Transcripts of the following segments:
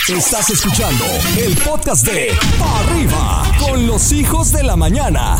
Estás escuchando el podcast de Pa' Arriba con los hijos de la mañana.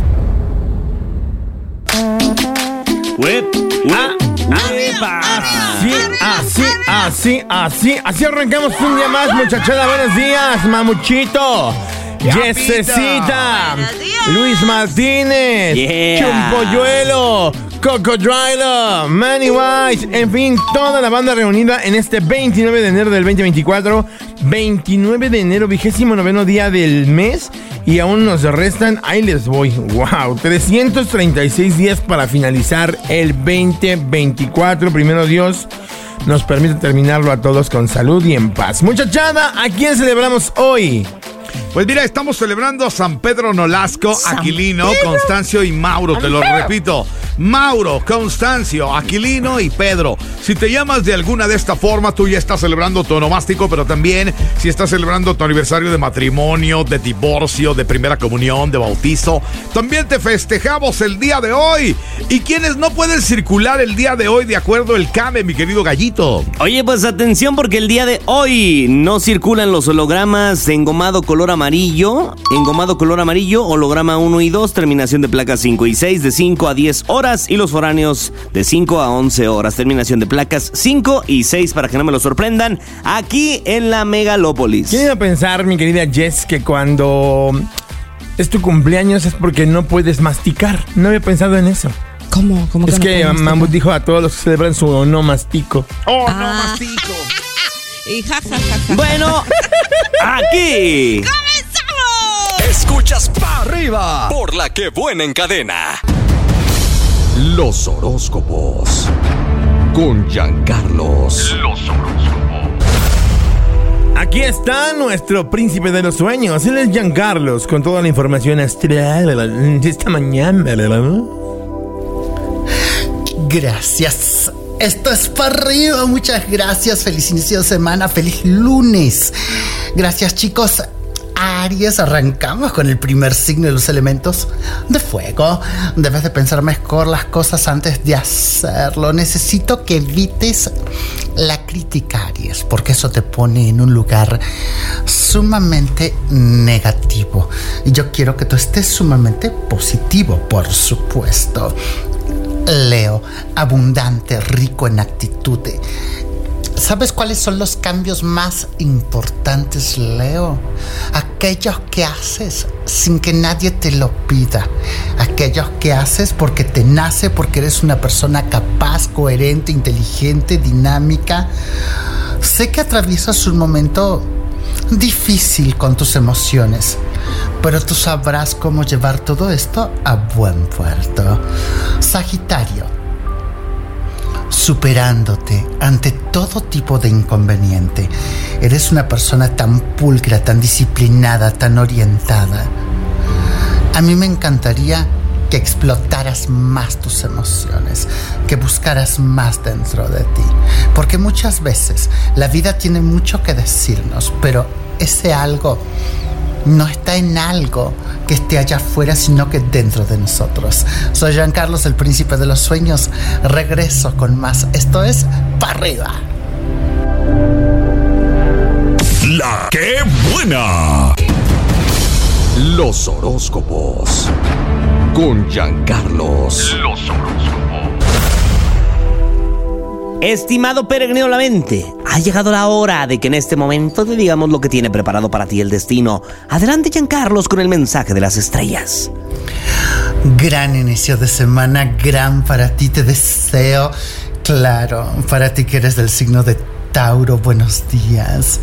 Así arrancamos un día más, muchachada. Buenos días, Mamuchito, Yesecita, Luis Martínez, Chumpolluelo, Cocodrilo, Manny Wise, en fin, toda la banda reunida en este 29 de enero del 2024. 29 de enero, 29º día del mes. Y aún nos restan, ahí les voy, wow, 336 días para finalizar el 2024. Primero Dios nos permite terminarlo a todos con salud y en paz. Muchachada, ¿a quién celebramos hoy? Pues mira, estamos celebrando a San Pedro Nolasco, Aquilino, Constancio y Mauro, te lo repito. Mauro, Constancio, Aquilino y Pedro. Si te llamas de alguna de esta forma, tú ya estás celebrando tu onomástico, pero también si estás celebrando tu aniversario de matrimonio, de divorcio, de primera comunión, de bautizo, también te festejamos el día de hoy. ¿Y quiénes no pueden circular el día de hoy de acuerdo al CAME, mi querido Gallito? Oye, pues atención porque el día de hoy no circulan los hologramas engomado color amarillo, holograma 1 y 2, terminación de placas 5 y 6, de 5 a 10 horas, y los foráneos de 5 a 11 horas, terminación de placas 5 y 6, para que no me lo sorprendan, aquí en la megalópolis. ¿Quién iba a pensar, mi querida Jess, que cuando es tu cumpleaños es porque no puedes masticar? No había pensado en eso. ¿Cómo es que Mamut dijo a todos los que celebran su no mastico. ¡Oh, no mastico! Y Bueno, aquí ¡comenzamos! Escuchas Pa' Arriba por La Que Buena encadena. Los horóscopos con Giancarlos. Aquí está nuestro príncipe de los sueños. Él es Giancarlos con toda la información astral de esta mañana. Gracias. Esto es Pa' Arriba. Muchas gracias. Feliz inicio de semana. Feliz lunes. Gracias, chicos. Aries, arrancamos con el primer signo de los elementos de fuego. Debes de pensar mejor las cosas antes de hacerlo. Necesito que evites la crítica, Aries, porque eso te pone en un lugar sumamente negativo. Y yo quiero que tú estés sumamente positivo, por supuesto. Leo, abundante, rico en actitud. ¿Sabes cuáles son los cambios más importantes, Leo? Aquellos que haces sin que nadie te lo pida. Aquellos que haces porque te nace, porque eres una persona capaz, coherente, inteligente, dinámica. Sé que atraviesas un momento difícil con tus emociones, pero tú sabrás cómo llevar todo esto a buen puerto. Sagitario, superándote ante todo tipo de inconveniente. Eres una persona tan pulcra, tan disciplinada, tan orientada. A mí me encantaría que explotaras más tus emociones, que buscaras más dentro de ti, porque muchas veces la vida tiene mucho que decirnos, pero ese algo no está en algo que esté allá afuera, sino que dentro de nosotros. Soy Giancarlos, el príncipe de los sueños. Regreso con más. Esto es Pa' Arriba. La Que Buena. Los horóscopos con Giancarlos. estimado peregrino de la mente, ha llegado la hora de que en este momento te digamos lo que tiene preparado para ti el destino. Adelante, Giancarlos, con el mensaje de las estrellas. Gran inicio de semana, gran para ti, te deseo. Claro, para ti que eres del signo de Tauro, buenos días.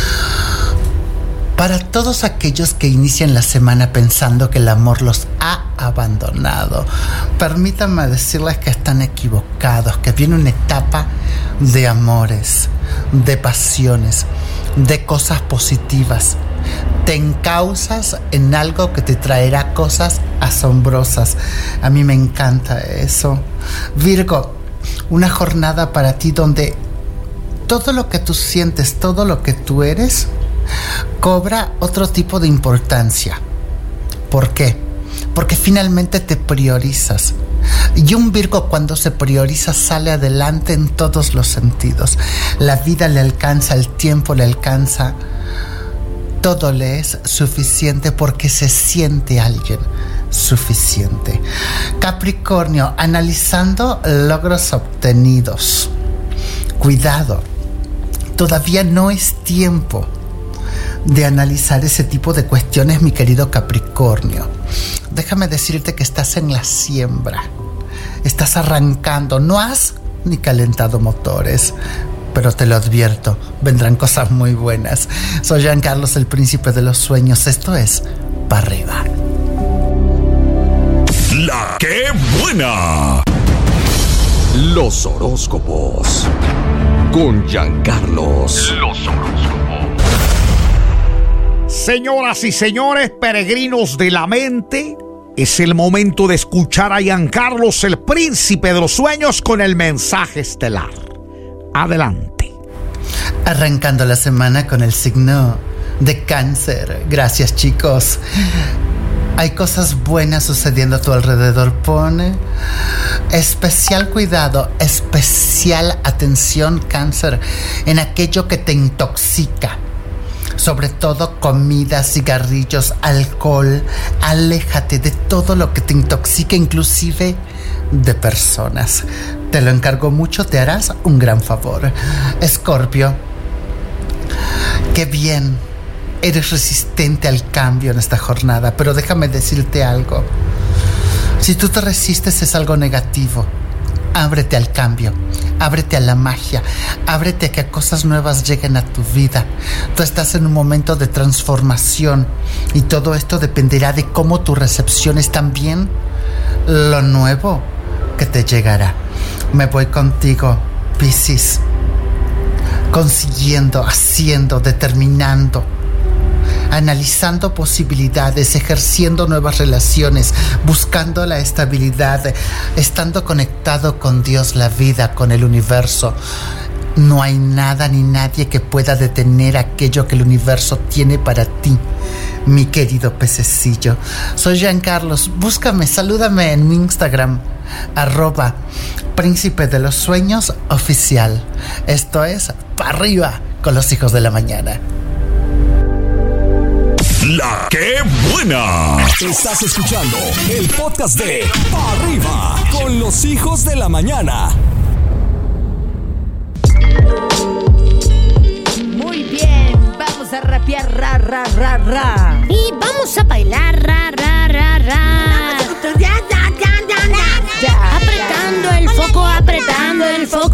Para todos aquellos que inician la semana pensando que el amor los ha abandonado, permítanme decirles que están equivocados, que viene una etapa de amores, de pasiones, de cosas positivas. Te encauzas en algo que te traerá cosas asombrosas. A mí me encanta eso. Virgo, una jornada para ti donde todo lo que tú sientes, todo lo que tú eres, cobra otro tipo de importancia. ¿Por qué? Porque finalmente te priorizas. Y un Virgo, cuando se prioriza, sale adelante en todos los sentidos. La vida le alcanza, el tiempo le alcanza. Todo le es suficiente porque se siente alguien suficiente. Capricornio, analizando logros obtenidos. Cuidado, todavía no es tiempo de analizar ese tipo de cuestiones, mi querido Capricornio. Déjame decirte que estás en la siembra. Estás arrancando, no has ni calentado motores, pero te lo advierto, vendrán cosas muy buenas. Soy Giancarlos, el príncipe de los sueños. Esto es Pa' Arriba. La ¡Qué buena! Los horóscopos con Giancarlos. Los horóscopos. Señoras y señores, peregrinos de la mente, es el momento de escuchar a Giancarlos, el príncipe de los sueños, con el mensaje estelar. Adelante. Arrancando la semana con el signo de Cáncer. Gracias, chicos. Hay cosas buenas sucediendo a tu alrededor. Pone especial cuidado, especial atención, Cáncer, en aquello que te intoxica. Sobre todo comida, cigarrillos, alcohol. Aléjate de todo lo que te intoxique, inclusive de personas. Te lo encargo mucho, te harás un gran favor. Escorpio, qué bien. Eres resistente al cambio en esta jornada, pero déjame decirte algo. Si tú te resistes es algo negativo. Ábrete al cambio, ábrete a la magia, ábrete a que cosas nuevas lleguen a tu vida. Tú estás en un momento de transformación y todo esto dependerá de cómo tú recepciones también lo nuevo que te llegará. Me voy contigo, Piscis. Consiguiendo, haciendo, determinando, analizando posibilidades, ejerciendo nuevas relaciones, buscando la estabilidad, estando conectado con Dios, la vida, con el universo. No hay nada ni nadie que pueda detener aquello que el universo tiene para ti, mi querido pececillo. Soy Giancarlos, búscame, salúdame en mi Instagram, @príncipe de los sueños oficial. Esto es Pa' Arriba con los hijos de la mañana. La ¡Qué buena! Estás escuchando el podcast de Pa' Arriba con los hijos de la mañana. Muy bien, vamos a rapear, ra, ra, ra, ra. Y vamos a bailar, ra, ra, ra, ra. Apretando el foco, apretando el foco.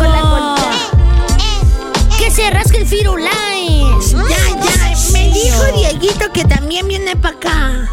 Que se rasque el firulais. Ya, me dijo Dieguito que también viene para acá.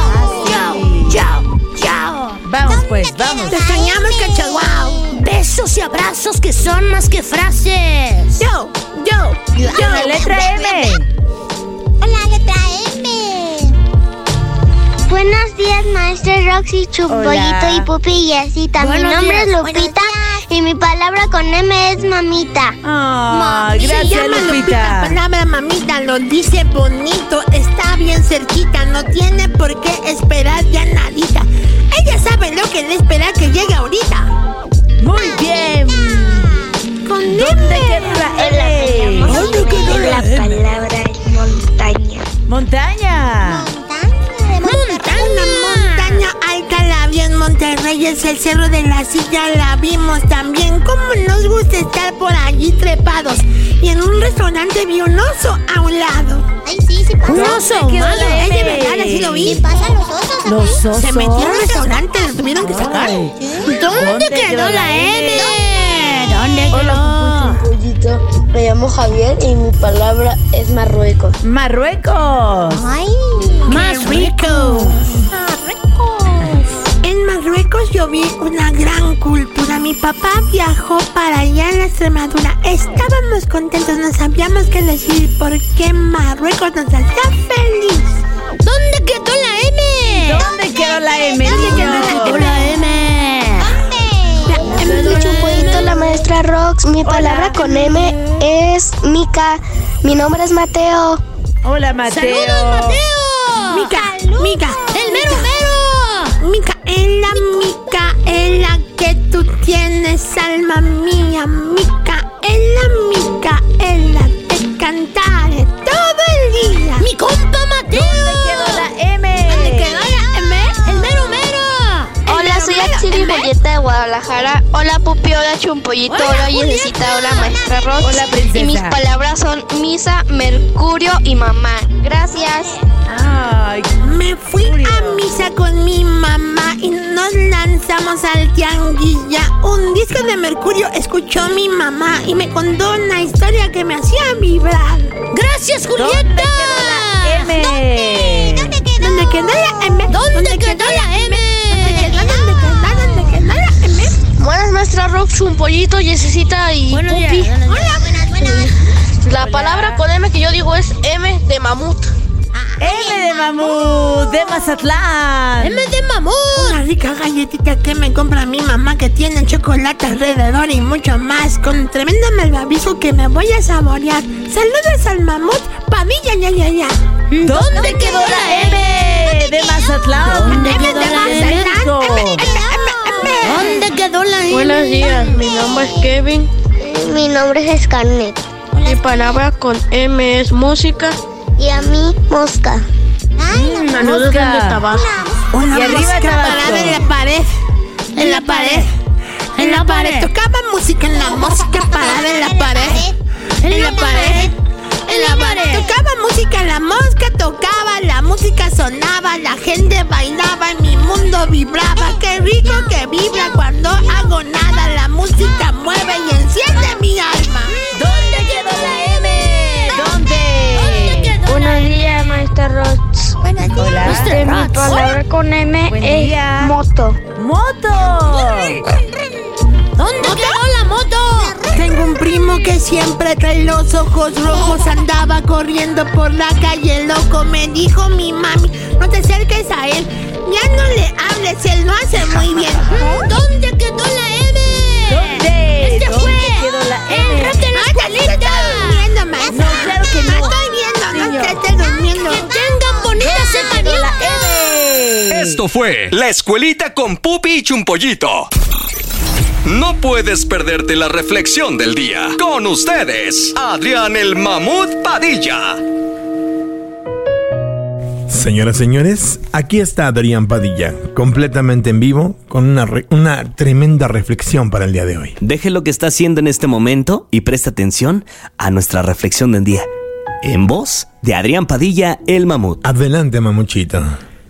Chao. Vamos pues, vamos. Te extrañamos, Cachaguao. Besos y abrazos que son más que frases. Yo. La letra M. La letra M. Buenos días, maestra Roxy, Chupollito y Pupi y Yesita. Mi nombre es Lupita y mi palabra con M es mamita. Gracias, se llama Lupita. Palabra mamita, lo dice bonito, está bien cerquita, no tiene por qué esperar ya nadita. Ella sabe lo que le espera que llegue ahorita. Muy bien. ¿Dónde quedó la L? ¿Dónde quedó la palabra es montaña? Montaña. Una montaña alta la vi en Monterrey, es el cerro de la Silla, la vimos también. Como nos gusta estar por allí trepados. Y en un restaurante vi un oso a un lado. Ay, sí pasa. Un oso malo. Es de verdad, así lo vi. Sí pasan los osos. Los osos. Se metió en un restaurante, lo tuvieron que sacar. ¿Dónde quedó la M? ¿Dónde Hola, quedó? Pupullito. Me llamo Javier y mi palabra es Marruecos. Marruecos. Ay, Más rico. En Marruecos yo vi una gran cultura. Mi papá viajó para allá en Extremadura. Estábamos contentos, no sabíamos qué decir porque Marruecos nos hacía feliz. ¿Dónde quedó la M? ¿Dónde quedó la M? ¿Dónde quedó la M? Chupollito, la maestra Rox. Mi palabra con M es Mica. Mi nombre es Mateo. Hola, Mateo. ¡Saludos, Mateo! Mica. ¡El mero! Micaela. Micaela, que tú tienes alma mía. Micaela, te cantaré todo el día. ¡Mi compa Mateo! ¿Dónde quedó la M? ¿Dónde quedó la M? ¡El mero mero! Hola, soy Axel Julieta de Guadalajara. Hola, Pupi, hola, Chumpollito, hola, Yesecita, hola, maestra Rox. Hola, princesa. Y mis palabras son misa, mercurio y mamá. Gracias. Ay, Me fui a misa con mi mamá y nos lanzamos al tianguilla. Un disco de Mercurio escuchó mi mamá y me contó una historia que me hacía vibrar. ¡Gracias, Julieta! ¿dónde quedó la M? ¿Dónde quedó la M? ¿Dónde quedó la M? ¿Dónde quedó la M? Buenas, maestra Rox, Chumpollito, Yesecita y Buenos Pupi. días. Buenas. La palabra con M que yo digo es M de mamut. M de mamut, de Mazatlán. ¡M de mamut! Una rica galletita que me compra mi mamá que tiene chocolate alrededor y mucho más. Con tremendo malvavisco que me voy a saborear. Saludos al mamut Padilla, ya. ¿Dónde quedó la M? De Mazatlán. ¿Dónde quedó la M? México. ¿Dónde quedó la M? Buenos días, mi nombre es Kevin. Mi nombre es Scarlett. Mi palabra con M es música. Y a mí, mosca. Saludos desde Tabasco. Una Y arriba mosca Tabasco. parada en la pared. En la pared. Tocaba música en la mosca parada en la pared. En la pared. Tocaba música, la mosca tocaba, la música sonaba, la gente bailaba, en mi mundo vibraba. Qué rico que vibra cuando hago nada. La música mueve y enciende mi alma. ¿Dónde quedó la M? ¿Dónde? Buenos días, maestra Rox. Hola. Mi palabra con M Buen es día. moto. ¡Moto! ¿Dónde quedó la moto? Tengo un primo que siempre trae los ojos rojos. Andaba corriendo por la calle loco. Me dijo mi mami, no te acerques a él. Ya no le hables, él lo hace muy bien. ¿Dónde quedó la M? ¿Dónde? ¡Se ¿Dónde fue! quedó la M? ¡Entrate en la escuelita! Está durmiendo, maestra. No, claro que no. Estoy viendo, no te estés durmiendo. ¡Que tengan bonita semana! La M. Esto fue La Escuelita con Pupi y Chumpollito. No puedes perderte la reflexión del día. Con ustedes, Adrián el Mamut Padilla. Señoras, señores, aquí está Adrián Padilla, completamente en vivo, con una tremenda reflexión para el día de hoy. Deje lo que está haciendo en este momento y presta atención a nuestra reflexión del día. En voz de Adrián Padilla, el Mamut. Adelante, mamuchito.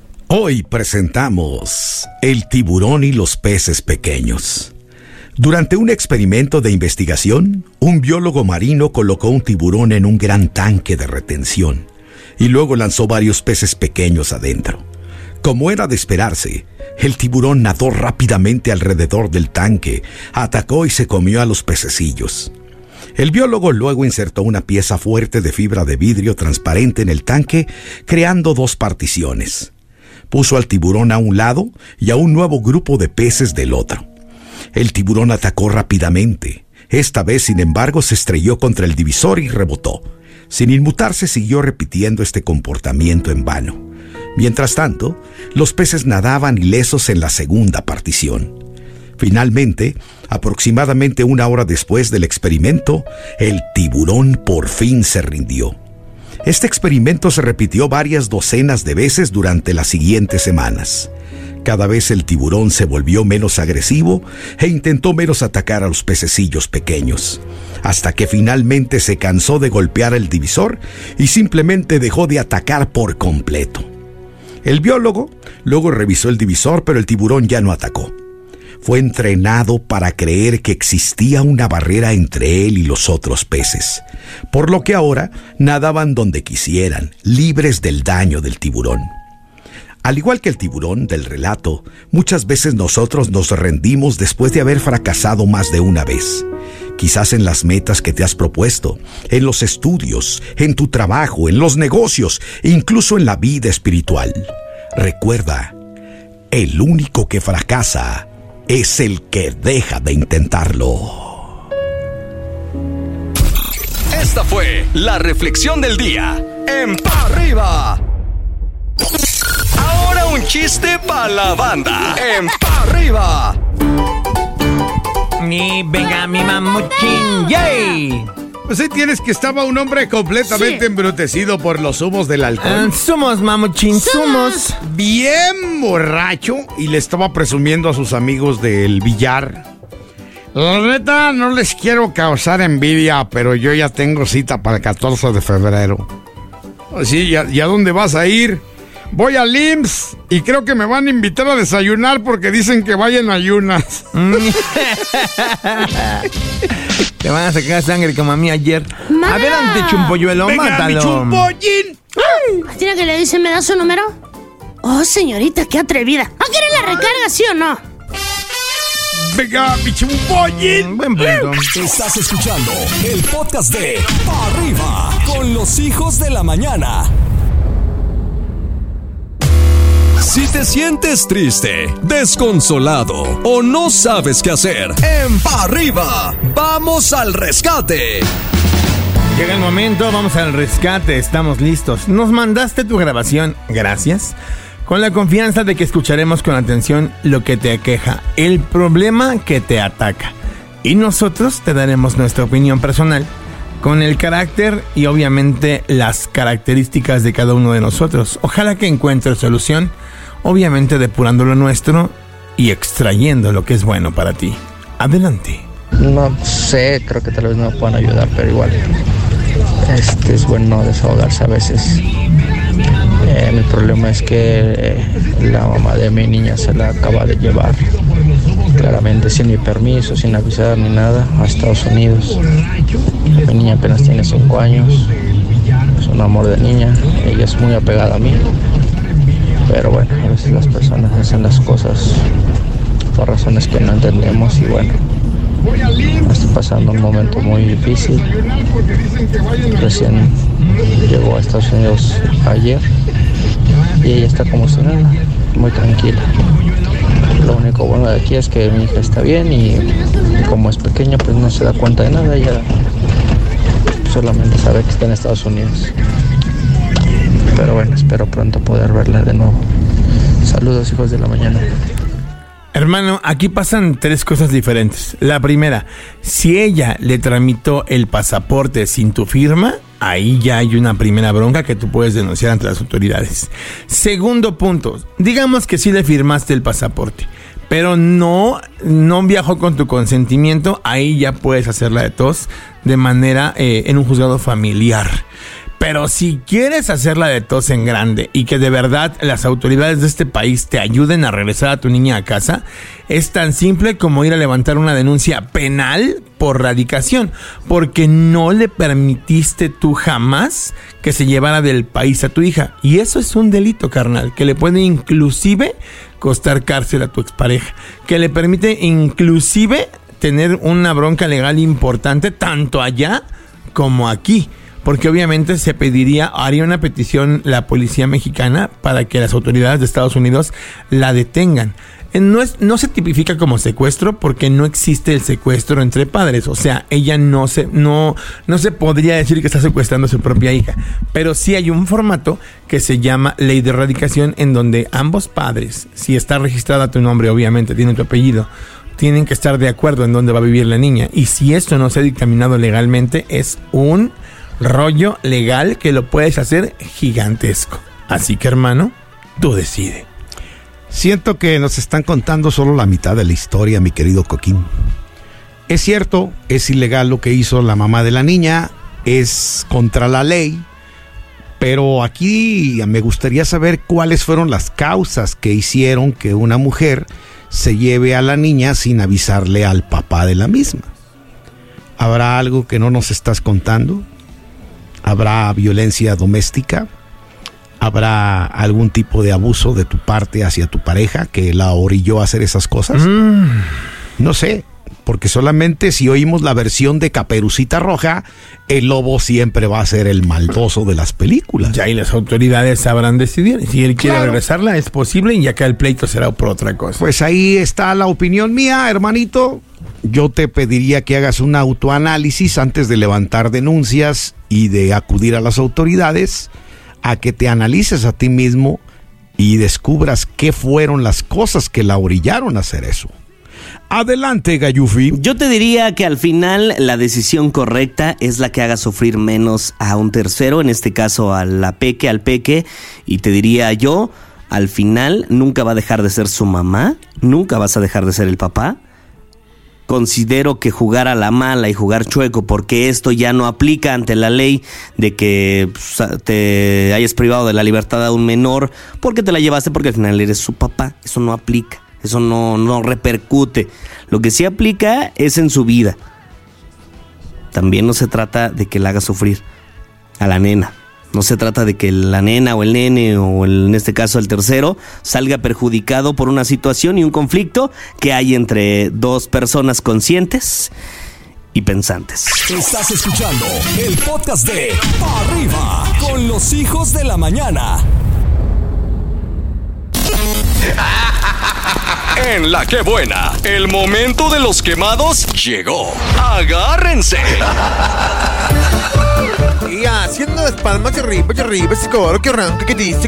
Hoy presentamos El tiburón y los peces pequeños. Durante un experimento de investigación, un biólogo marino colocó un tiburón en un gran tanque de retención y luego lanzó varios peces pequeños adentro. Como era de esperarse, el tiburón nadó rápidamente alrededor del tanque, atacó y se comió a los pececillos. El biólogo luego insertó una pieza fuerte de fibra de vidrio transparente en el tanque, creando dos particiones. Puso al tiburón a un lado y a un nuevo grupo de peces del otro. El tiburón atacó rápidamente. Esta vez, sin embargo, se estrelló contra el divisor y rebotó. Sin inmutarse, siguió repitiendo este comportamiento en vano. Mientras tanto, los peces nadaban ilesos en la segunda partición. Finalmente, aproximadamente 1 hora después del experimento, el tiburón por fin se rindió. Este experimento se repitió varias docenas de veces durante las siguientes semanas. Cada vez el tiburón se volvió menos agresivo e intentó menos atacar a los pececillos pequeños, hasta que finalmente se cansó de golpear el divisor y simplemente dejó de atacar por completo. El biólogo luego revisó el divisor, pero el tiburón ya no atacó. Fue entrenado para creer que existía una barrera entre él y los otros peces, por lo que ahora nadaban donde quisieran, libres del daño del tiburón. Al igual que el tiburón del relato, muchas veces nosotros nos rendimos después de haber fracasado más de una vez. Quizás en las metas que te has propuesto, en los estudios, en tu trabajo, en los negocios, incluso en la vida espiritual. Recuerda, el único que fracasa es el que deja de intentarlo. Esta fue la reflexión del día en Pa' Arriba. Ahora un chiste para la banda en Pa' Arriba. Y venga mi mamuchín, ¡yay! Pues ahí tienes que estaba un hombre completamente embrutecido por los humos del alcohol. Somos, mamuchín, somos. Bien borracho y le estaba presumiendo a sus amigos del billar. La neta, no les quiero causar envidia, pero yo ya tengo cita para el 14 de febrero. Sí, ¿y a dónde vas a ir? Voy al IMSS y creo que me van a invitar a desayunar porque dicen que vaya en ayunas. Te van a sacar sangre como a mí ayer. ¡Mamá! Adelante, Chumpolluelo, ¡Venga, mátalo. mi chumpollín! ¿Tiene que le dice me da su número? Oh, señorita, qué atrevida. ¿Va a querer la recarga, sí o no? ¡Venga, mi chumpollín! Buen punto. Estás escuchando el podcast de Pa' Arriba con los hijos de la mañana. Si te sientes triste, desconsolado o no sabes qué hacer, en Pa' Arriba, vamos al rescate. Llega el momento, vamos al rescate, estamos listos. Nos mandaste tu grabación, gracias. Con la confianza de que escucharemos con atención lo que te aqueja, el problema que te ataca. Y nosotros te daremos nuestra opinión personal, con el carácter y obviamente las características de cada uno de nosotros. Ojalá que encuentres solución, obviamente depurando lo nuestro y extrayendo lo que es bueno para ti. Adelante. No sé, creo que tal vez no me puedan ayudar, pero igual es bueno desahogarse a veces. Mi problema es que la mamá de mi niña se la acaba de llevar, claramente sin mi permiso, sin avisar ni nada, a Estados Unidos. Mi niña apenas tiene 5 años, es un amor de niña, ella es muy apegada a mí, pero bueno, a veces las personas hacen las cosas por razones que no entendemos y bueno, estoy pasando un momento muy difícil. Recién llegó a Estados Unidos ayer y ella está como si nada, muy tranquila. Lo único bueno de aquí es que mi hija está bien y como es pequeña pues no se da cuenta de nada, ella solamente sabe que está en Estados Unidos. Pero bueno, espero pronto poder verla de nuevo. Saludos, hijos de la mañana. Hermano, aquí pasan 3 cosas diferentes. La primera, si ella le tramitó el pasaporte sin tu firma, ahí ya hay una primera bronca que tú puedes denunciar ante las autoridades. Segundo punto, digamos que sí le firmaste el pasaporte, pero no viajó con tu consentimiento, ahí ya puedes hacerla de tos de manera en un juzgado familiar. Pero si quieres hacerla de tos en grande y que de verdad las autoridades de este país te ayuden a regresar a tu niña a casa, es tan simple como ir a levantar una denuncia penal por radicación, porque no le permitiste tú jamás que se llevara del país a tu hija. Y eso es un delito, carnal, que le puede inclusive costar cárcel a tu expareja, que le permite inclusive tener una bronca legal importante tanto allá como aquí. Porque obviamente haría una petición la policía mexicana para que las autoridades de Estados Unidos la detengan. No se tipifica como secuestro porque no existe el secuestro entre padres. O sea, ella no se podría decir que está secuestrando a su propia hija. Pero sí hay un formato que se llama ley de erradicación en donde ambos padres, si está registrada tu nombre, obviamente tiene tu apellido, tienen que estar de acuerdo en dónde va a vivir la niña. Y si esto no se ha dictaminado legalmente, es un rollo legal que lo puedes hacer gigantesco. Así que, hermano, tú decide. Siento que nos están contando solo la mitad de la historia, mi querido Coquín. Es cierto, es ilegal lo que hizo la mamá de la niña, es contra la ley, pero aquí me gustaría saber cuáles fueron las causas que hicieron que una mujer se lleve a la niña sin avisarle al papá de la misma. ¿Habrá algo que no nos estás contando? ¿Habrá violencia doméstica? ¿Habrá algún tipo de abuso de tu parte hacia tu pareja que la orilló a hacer esas cosas? No sé, porque solamente si oímos la versión de Caperucita Roja, el lobo siempre va a ser el maldoso de las películas. Ya, y las autoridades sabrán decidir. Si él quiere regresarla, es posible, y acá el pleito será por otra cosa. Pues ahí está la opinión mía, hermanito. Yo te pediría que hagas un autoanálisis antes de levantar denuncias y de acudir a las autoridades, a que te analices a ti mismo y descubras qué fueron las cosas que la orillaron a hacer eso. Adelante, Gayufi. Yo te diría que al final la decisión correcta es la que haga sufrir menos a un tercero, en este caso al peque, y te diría yo, al final nunca va a dejar de ser su mamá, nunca vas a dejar de ser el papá. Considero que jugar a la mala y jugar chueco, porque esto ya no aplica ante la ley de que te hayas privado de la libertad a un menor porque te la llevaste porque al final eres su papá. Eso no aplica, eso no repercute. Lo que sí aplica es en su vida. También no se trata de que la haga sufrir a la nena. No se trata de que la nena o el nene o en este caso el tercero salga perjudicado por una situación y un conflicto que hay entre dos personas conscientes y pensantes. Estás escuchando el podcast de Pa' Arriba con los hijos de la mañana. En La Qué Buena, el momento de los quemados llegó. ¡Agárrense! Y haciendo las palmas hacia arriba, ese coro que arranca, que dice.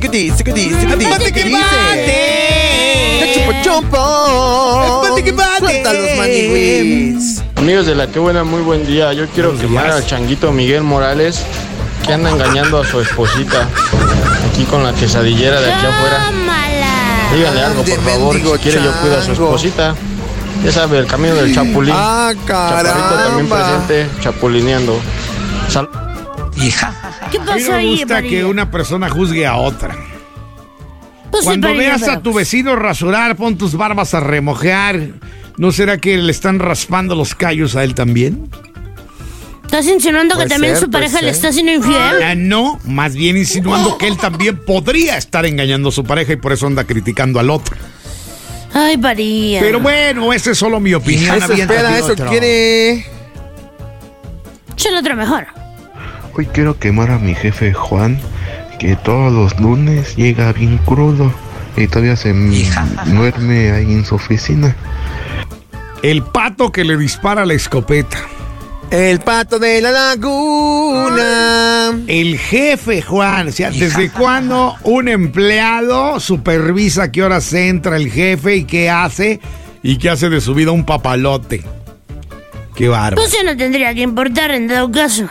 Suelta los maniwis. Amigos de La Qué Buena, muy buen día. Yo quiero quemar al changuito Miguel Morales, que anda engañando a su esposita aquí con la quesadillera de aquí afuera. Díganle algo, por favor, si quiere yo cuido a su esposita. Ya sabe, el camino del chapulín. Chaparrito también presente, chapulineando. ¿Qué A mí pasó no me ahí, gusta María? que una persona juzgue a otra. Pues sí, Cuando María, veas pero a tu vecino rasurar, pon tus barbas a remojar. ¿No será que le están raspando los callos a él también? ¿Estás insinuando que Puede también ser, su pareja puede le ser. está siendo infiel? No, más bien insinuando que él también podría estar engañando a su pareja y por eso anda criticando al otro. Ay, María. Pero bueno, esa es solo mi opinión. Eso Aviéntate espera, eso otro. quiere. Échale otro mejor. Hoy quiero quemar a mi jefe Juan, que todos los lunes llega bien crudo y todavía se duerme ahí en su oficina. El pato que le dispara la escopeta. El pato de la laguna. El jefe Juan, o sea, ¿desde cuándo un empleado supervisa a qué horas entra el jefe y qué hace de su vida un papalote? Qué bárbaro. Pues ya no tendría que importar en dado caso.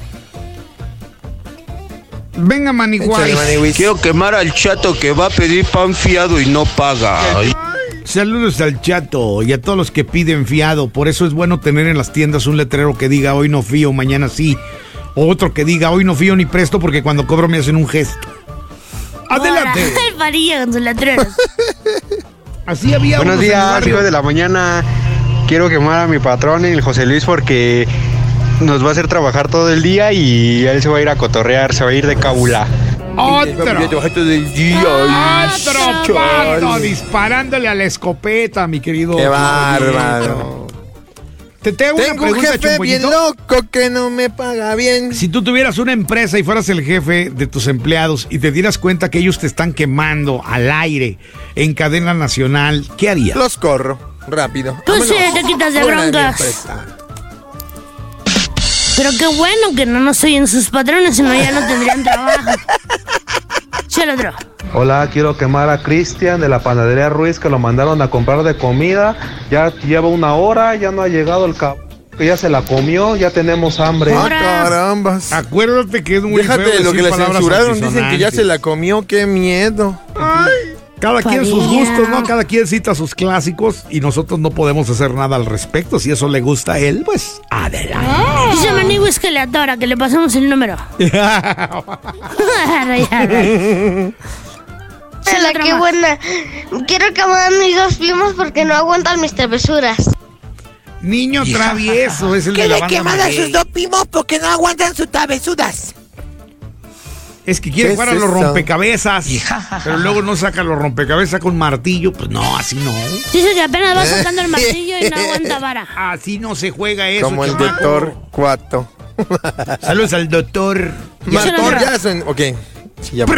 Venga, Maniguay. Quiero quemar al chato que va a pedir pan fiado y no paga. Saludos al chato y a todos los que piden fiado. Por eso es bueno tener en las tiendas un letrero que diga hoy no fío, mañana sí. O otro que diga hoy no fío ni presto porque cuando cobro me hacen un gesto. Adelante. El María con sus letreros. Así había. Buenos unos en el días, barrio. hijos de la mañana. Quiero quemar a mi patrón, el José Luis, porque nos va a hacer trabajar todo el día y él se va a ir a cotorrear, se va a ir de cábula. Otro pato disparándole a la escopeta, mi querido. Qué bárbaro. Te tengo una Tengo un pregunta, jefe bien Chumpollito. loco que no me paga bien. Si tú tuvieras una empresa y fueras el jefe de tus empleados y te dieras cuenta que ellos te están quemando al aire en cadena nacional, ¿qué harías? Los corro, rápido. Pues sí, Vámonos. te quitas de Fuera mi broncas. empresa. Pero qué bueno que no nos oyen sus patrones, si no ya no tendrían trabajo. Échale otro. Hola, quiero quemar a Cristian de la panadería Ruiz, que lo mandaron a comprar de comida. Ya lleva 1 hora, ya no ha llegado el cabrón, que ya se la comió, ya tenemos hambre. Ah, carambas. Acuérdate que es muy Déjate feo de lo que decir le palabras censuraron. Dicen que ya altisonantes. se la comió. Qué miedo. Cada quien sus Padilla. gustos, ¿no? Cada quien cita sus clásicos y nosotros no podemos hacer nada al respecto. Si eso le gusta a él, pues adelante. Dice Maniguis que le atora, que le pasamos el número. Hola, qué buena. Quiero quemar a mis 2 primos porque no aguantan mis travesuras. Niño travieso es el Que de la le banda queman a Maguey. sus 2 primos porque no aguantan sus travesuras. Es que quiere ¿Qué jugar es a los eso? rompecabezas, pero luego no saca los rompecabezas, saca un martillo. Pues no, así no. Dice que apenas va sacando el martillo y no aguanta vara. Así no se juega eso, Como el chamaco. doctor Cuato. Saludos al doctor. Doctor Jason. Ok. Sí, ya.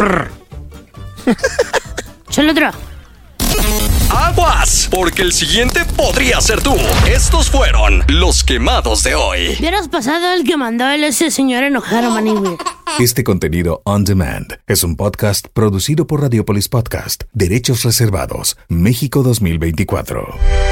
Échale otro. ¡Aguas! Porque el siguiente podría ser tú. Estos fueron los quemados de hoy. Hubieras pasado el que mandó ese señor enojar a Maniguis. Este contenido on demand es un podcast producido por Radiopolis Podcast, Derechos Reservados, México 2024.